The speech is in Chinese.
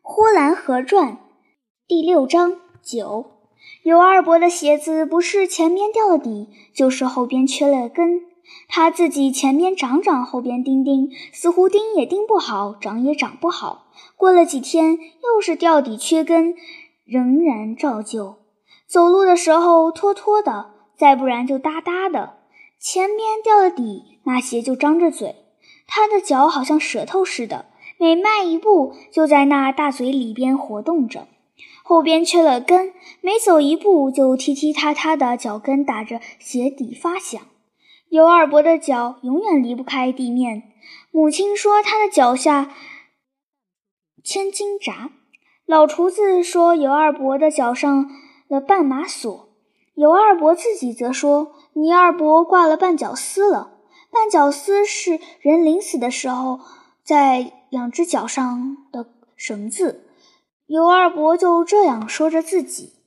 呼兰河传第6章9。尤二伯的鞋子不是前边掉了底，就是后边缺了根。他自己前边长，后边钉，似乎钉也钉不好，长也长不好。过了几天，又是掉底缺根，仍然照旧。走路的时候拖的，再不然就哒哒的。前边掉了底，那鞋就张着嘴。他的脚好像舌头似的，每迈一步就在那大嘴里边活动着。后边缺了根，每走一步就踢踢踏踏的脚跟打着鞋底发响。尤二伯的脚永远离不开地面，母亲说他的脚下千斤闸，老厨子说尤二伯的脚上了绊马索，尤二伯自己则说你二伯挂了绊脚丝了。绊脚丝是人临死的时候在两只脚上的绳子，尤二伯就这样说着自己。